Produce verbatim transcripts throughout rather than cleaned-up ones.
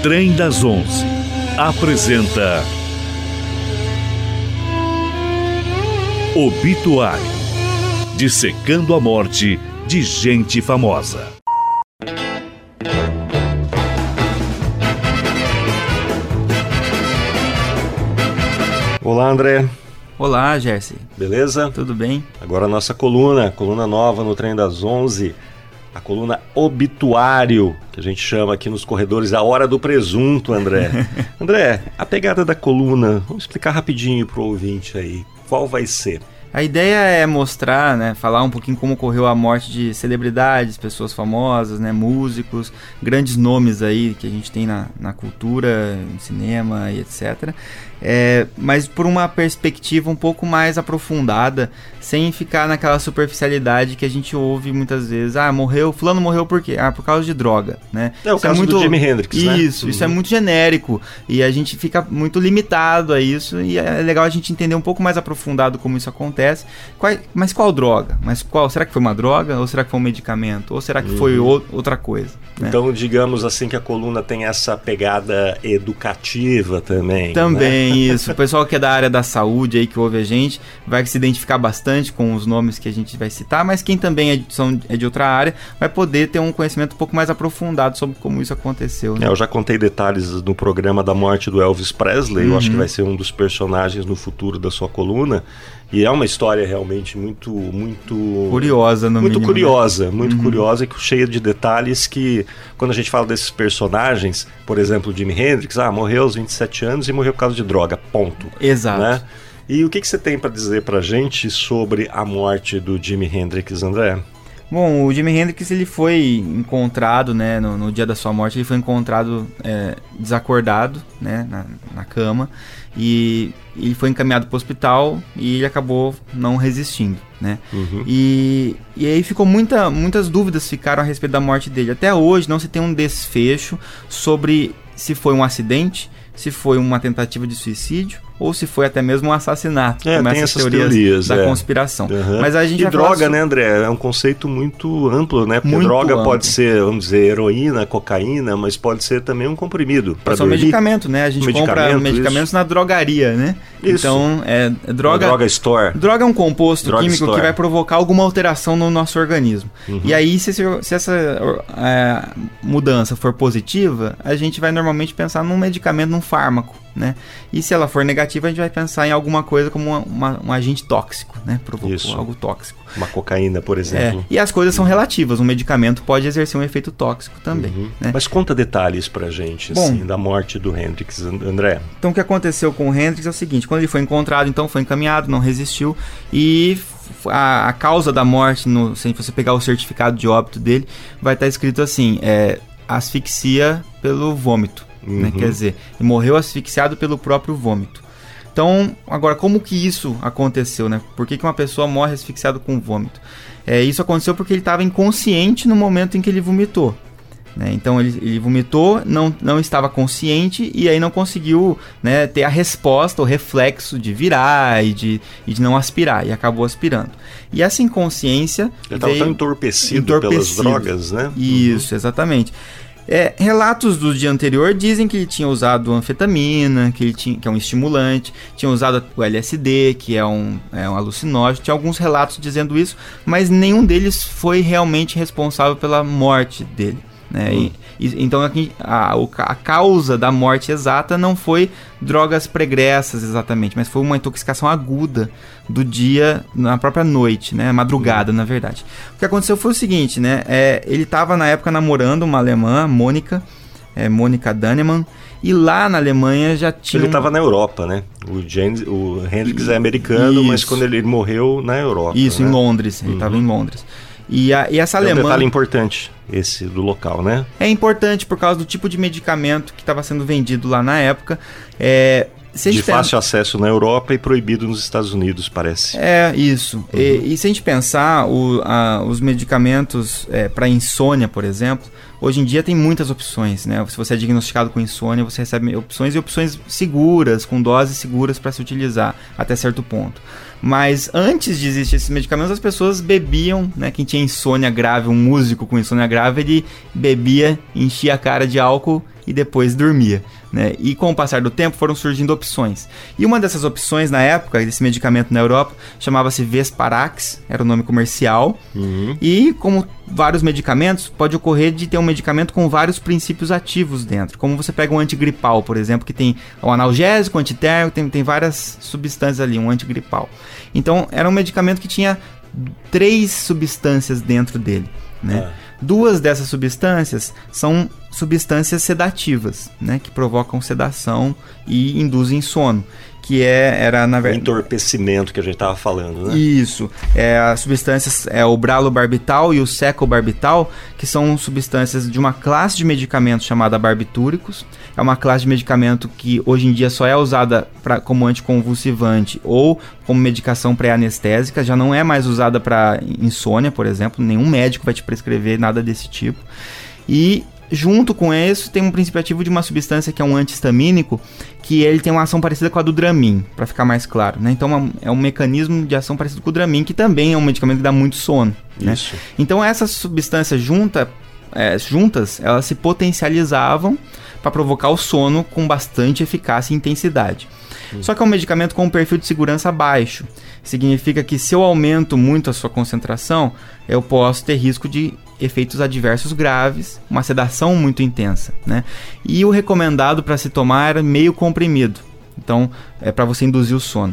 Trem das Onze apresenta Obituário, dissecando a morte de gente famosa. Olá, André. Olá, Gersi. Beleza? Tudo bem? Agora a nossa coluna, coluna nova no Trem das Onze, a coluna Obituário, que a gente chama aqui nos corredores a Hora do Presunto, André. André, a pegada da coluna, vamos explicar rapidinho pro ouvinte aí, qual vai ser? A ideia é mostrar, né, falar um pouquinho como ocorreu a morte de celebridades, pessoas famosas, né, músicos, grandes nomes aí que a gente tem na, na cultura, no cinema e etcétera. É, mas por uma perspectiva um pouco mais aprofundada, sem ficar naquela superficialidade que a gente ouve muitas vezes. Ah, morreu, fulano morreu por quê? Ah, por causa de droga, né? É o isso caso é muito... do Jimi Hendrix, né? Isso, isso uhum. é muito genérico e a gente fica muito limitado a isso, e é legal a gente entender um pouco mais aprofundado como isso acontece. Qual, mas qual droga? Mas qual? Será que foi uma droga? Ou será que foi um medicamento? Ou será que uhum. foi o, outra coisa? Né? Então, digamos assim que a coluna tem essa pegada educativa também. Também, né? Isso. O pessoal que é da área da saúde aí, que ouve a gente, vai se identificar bastante com os nomes que a gente vai citar, mas quem também é de, são, é de outra área vai poder ter um conhecimento um pouco mais aprofundado sobre como isso aconteceu. Né? É, eu já contei detalhes no programa da morte do Elvis Presley, uhum. eu acho que vai ser um dos personagens no futuro da sua coluna. E é uma história realmente muito, muito... curiosa, no Muito mínimo, curiosa, né? muito uhum. curiosa e cheia de detalhes que, quando a gente fala desses personagens, por exemplo, o Jimi Hendrix, ah, morreu aos vinte e sete anos e morreu por causa de droga, ponto. Exato. Né? E o que, que você tem para dizer pra gente sobre a morte do Jimi Hendrix, André? Bom, o Jimi Hendrix ele foi encontrado, né, no, no dia da sua morte, ele foi encontrado é, desacordado, né, na, na cama, e ele foi encaminhado para o hospital e ele acabou não resistindo, né? Uhum. E, e aí ficou muita, muitas dúvidas ficaram a respeito da morte dele. Até hoje não se tem um desfecho sobre se foi um acidente, se foi uma tentativa de suicídio ou se foi até mesmo um assassinato. É, tem essas teorias, teorias da é. conspiração. Uhum. Mas a gente e droga, sobre... né, André? É um conceito muito amplo, né? Porque muito droga amplo. Pode ser, vamos dizer, heroína, cocaína, mas pode ser também um comprimido. Pode ser um medicamento, né? A gente medicamento, compra medicamentos isso. na drogaria, né? Isso. Então, é, é droga... Uma droga store. Droga é um composto droga químico store. que vai provocar alguma alteração no nosso organismo. Uhum. E aí, se, se essa é, mudança for positiva, a gente vai normalmente pensar num medicamento, num fármaco, né? E se ela for negativa, a gente vai pensar em alguma coisa como uma, uma, um agente tóxico, né? Provocou Isso. algo tóxico. Uma cocaína, por exemplo. É, e as coisas são relativas. Um medicamento pode exercer um efeito tóxico também. Uhum. Né? Mas conta detalhes pra gente, Bom, assim, da morte do Hendrix, André. Então, o que aconteceu com o Hendrix é o seguinte. Quando ele foi encontrado, então, foi encaminhado, não resistiu. E a, a causa da morte, no, se você pegar o certificado de óbito dele, vai estar escrito assim, é, asfixia pelo vômito. Uhum. Né? Quer dizer, ele morreu asfixiado pelo próprio vômito. Então, agora, como que isso aconteceu, né? Por que que uma pessoa morre asfixiada com vômito? É, isso aconteceu porque ele estava inconsciente no momento em que ele vomitou. Né? Então, ele, ele vomitou, não, não estava consciente e aí não conseguiu, né, ter a resposta, o reflexo de virar e de, e de não aspirar, e acabou aspirando. E essa inconsciência... Ele estava tão entorpecido, entorpecido pelas drogas, né? Isso, uhum. exatamente. É, relatos do dia anterior dizem que ele tinha usado anfetamina, que, ele tinha, que é um estimulante, tinha usado o L S D, que é um, é um alucinógeno. Tinha alguns relatos dizendo isso, mas nenhum deles foi realmente responsável pela morte dele. Né? Hum. E, e, então a, a causa da morte exata não foi drogas pregressas exatamente, mas foi uma intoxicação aguda do dia na própria noite, né? Madrugada, hum. na verdade. O que aconteceu foi o seguinte, né? É, ele estava na época namorando uma alemã, Mônica, é, Mônica Dannemann, e lá na Alemanha já tinha... Ele estava um... na Europa, né? O, James, o Hendrix é americano, isso. mas quando ele, ele morreu na Europa. Isso, né? em Londres, ele estava uhum. em Londres. E, a, e essa alemã... É um detalhe importante, esse do local, né? É importante por causa do tipo de medicamento que estava sendo vendido lá na época. É, de fácil pensa... acesso na Europa e proibido nos Estados Unidos, parece. É, isso. Uhum. E, e se a gente pensar, o, a, os medicamentos é, para insônia, por exemplo, hoje em dia tem muitas opções, né? Se você é diagnosticado com insônia, você recebe opções e opções seguras, com doses seguras para se utilizar até certo ponto. Mas antes de existir esses medicamentos, as pessoas bebiam, né? Quem tinha insônia grave, um músico com insônia grave, ele bebia, enchia a cara de álcool e depois dormia, né? E com o passar do tempo foram surgindo opções. E uma dessas opções na época, desse medicamento na Europa, chamava-se Vesparax, era o nome comercial. Uhum. E como vários medicamentos, pode ocorrer de ter um medicamento com vários princípios ativos dentro. Como você pega um antigripal, por exemplo, que tem um analgésico, antitérmico, tem, tem várias substâncias ali, um antigripal. Então, era um medicamento que tinha três substâncias dentro dele, né? Ah. Duas dessas substâncias são substâncias sedativas, né? Que provocam sedação e induzem sono. Que é, era, na O verdade... entorpecimento que a gente estava falando, né? Isso. É, as substâncias, é o bralobarbital e o secobarbital, que são substâncias de uma classe de medicamentos chamada barbitúricos. É uma classe de medicamento que hoje em dia só é usada pra, como anticonvulsivante ou como medicação pré-anestésica. Já não é mais usada para insônia, por exemplo. Nenhum médico vai te prescrever nada desse tipo. E... junto com isso, tem um princípio ativo de uma substância que é um antihistamínico, que ele tem uma ação parecida com a do Dramin, para ficar mais claro, né? Então é um mecanismo de ação parecido com o Dramin, que também é um medicamento que dá muito sono, né? Isso. Então essas substâncias junta, é, juntas, elas se potencializavam para provocar o sono com bastante eficácia e intensidade. Hum. Só que é um medicamento com um perfil de segurança baixo. Significa que se eu aumento muito a sua concentração, eu posso ter risco de efeitos adversos graves, uma sedação muito intensa, né? E o recomendado para se tomar era meio comprimido. Então, é para você induzir o sono.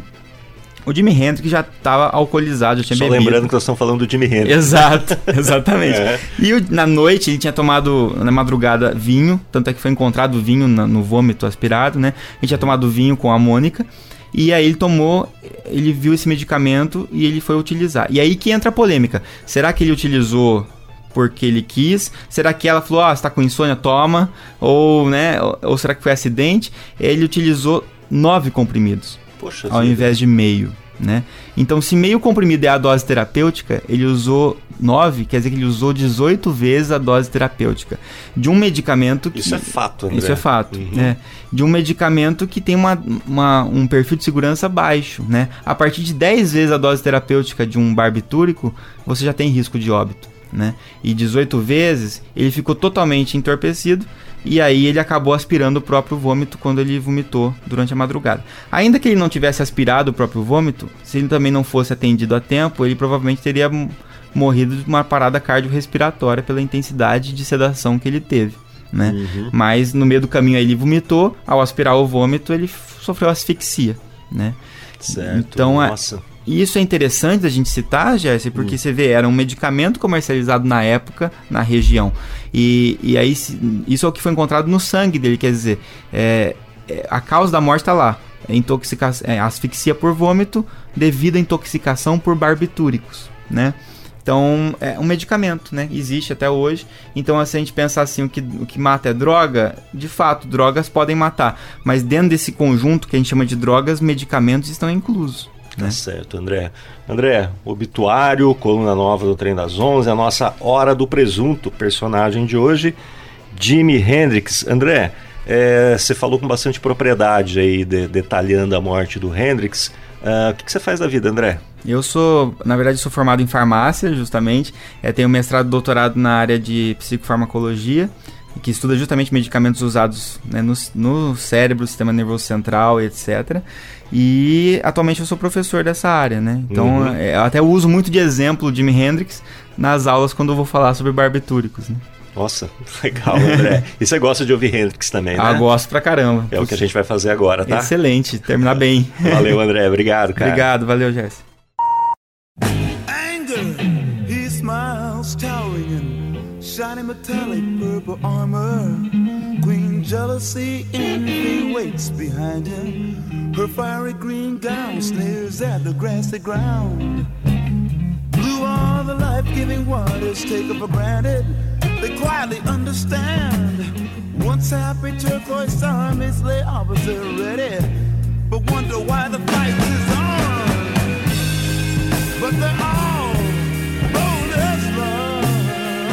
O Jimi Hendrix já estava alcoolizado, já tinha Só bebido. lembrando que nós estamos falando do Jimi Hendrix. Exato, exatamente. É. E o, na noite ele tinha tomado, na madrugada, vinho, tanto é que foi encontrado vinho na, no vômito aspirado, né? Ele tinha tomado vinho com amônica. E aí ele tomou, ele viu esse medicamento e ele foi utilizar. E aí que entra a polêmica. Será que ele utilizou porque ele quis? Será que ela falou, ah, você tá com insônia, toma? Ou, né, ou, ou será que foi acidente? Ele utilizou nove comprimidos, Poxa ao vida. invés de meio, né? Então, se meio comprimido é a dose terapêutica, ele usou nove, quer dizer que ele usou dezoito vezes a dose terapêutica de um medicamento que... Isso é fato, André. Isso é fato, Uhum. né? De um medicamento que tem uma, uma, um perfil de segurança baixo, né? A partir de dez vezes a dose terapêutica de um barbitúrico, você já tem risco de óbito, né? E dezoito vezes, ele ficou totalmente entorpecido e aí ele acabou aspirando o próprio vômito quando ele vomitou durante a madrugada. Ainda que ele não tivesse aspirado o próprio vômito, se ele também não fosse atendido a tempo, ele provavelmente teria morrido de uma parada cardiorrespiratória pela intensidade de sedação que ele teve, né? Uhum. Mas no meio do caminho aí ele vomitou, ao aspirar o vômito ele sofreu asfixia, né? Certo. Então, Nossa. E isso é interessante da gente citar, Jesse, porque hum. você vê, era um medicamento comercializado na época, na região. E, e aí, isso é o que foi encontrado no sangue dele, quer dizer, é, é, a causa da morte está lá. É intoxica- é asfixia por vômito devido à intoxicação por barbitúricos, né? Então, é um medicamento, né? Existe até hoje. Então, se a gente pensar assim, o que, o que mata é droga, de fato, drogas podem matar. Mas dentro desse conjunto que a gente chama de drogas, medicamentos estão inclusos. Tá né? certo, André. André, obituário, coluna nova do Trem das onze, a nossa Hora do Presunto, personagem de hoje, Jimi Hendrix. André, é, você falou com bastante propriedade aí, de, detalhando a morte do Hendrix. Uh, o que, que você faz da vida, André? Eu sou, na verdade, sou formado em farmácia, justamente. É, tenho mestrado e doutorado na área de psicofarmacologia, que estuda justamente medicamentos usados, né, no, no cérebro, sistema nervoso central, etcétera. E atualmente eu sou professor dessa área, né? Então, uhum. é, eu até uso muito de exemplo o Jimi Hendrix nas aulas quando eu vou falar sobre barbitúricos, né? Nossa, legal, André. E você gosta de ouvir Hendrix também, né? Ah, gosto pra caramba. É o que a gente vai fazer agora, tá? Excelente, terminar bem. Valeu, André. Obrigado, cara. Obrigado, valeu, Jesse. Anger, he smiles, towering in shiny metallic purple armor. Queen jealousy, envy waits behind him. Her fiery green gown sneers at the grassy ground. Blue are the life-giving waters taken for granted. They quietly understand. Once happy turquoise armies lay opposite ready, but wonder why the fight is on. But they're all bold as love.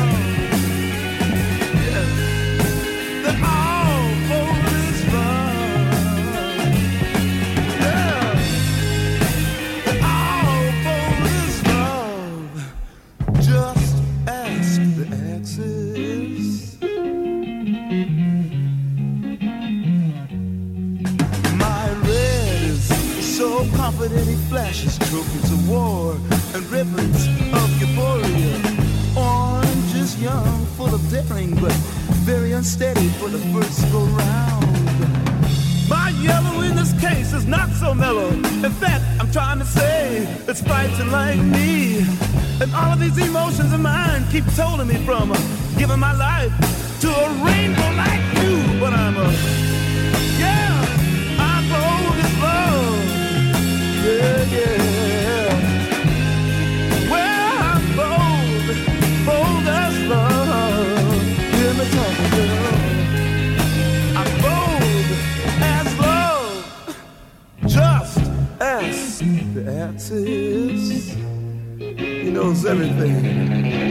Yeah. They're all bold as love. Yeah. They're all bold as love. Just ask the Axis. Solidity flashes, trophies of war, and ribbons of euphoria. Orange is young, full of daring, but very unsteady for the first go round. My yellow in this case is not so mellow. In fact, I'm trying to say it's fighting like me. And all of these emotions of mine keep holding me from uh, giving my life to a rainbow like you. But I'm a, yeah, I'm bold as love. Yeah, yeah. Well, I'm bold, bold as love. Hear me talking, girl. I'm bold as love. Just ask the answers. He knows everything.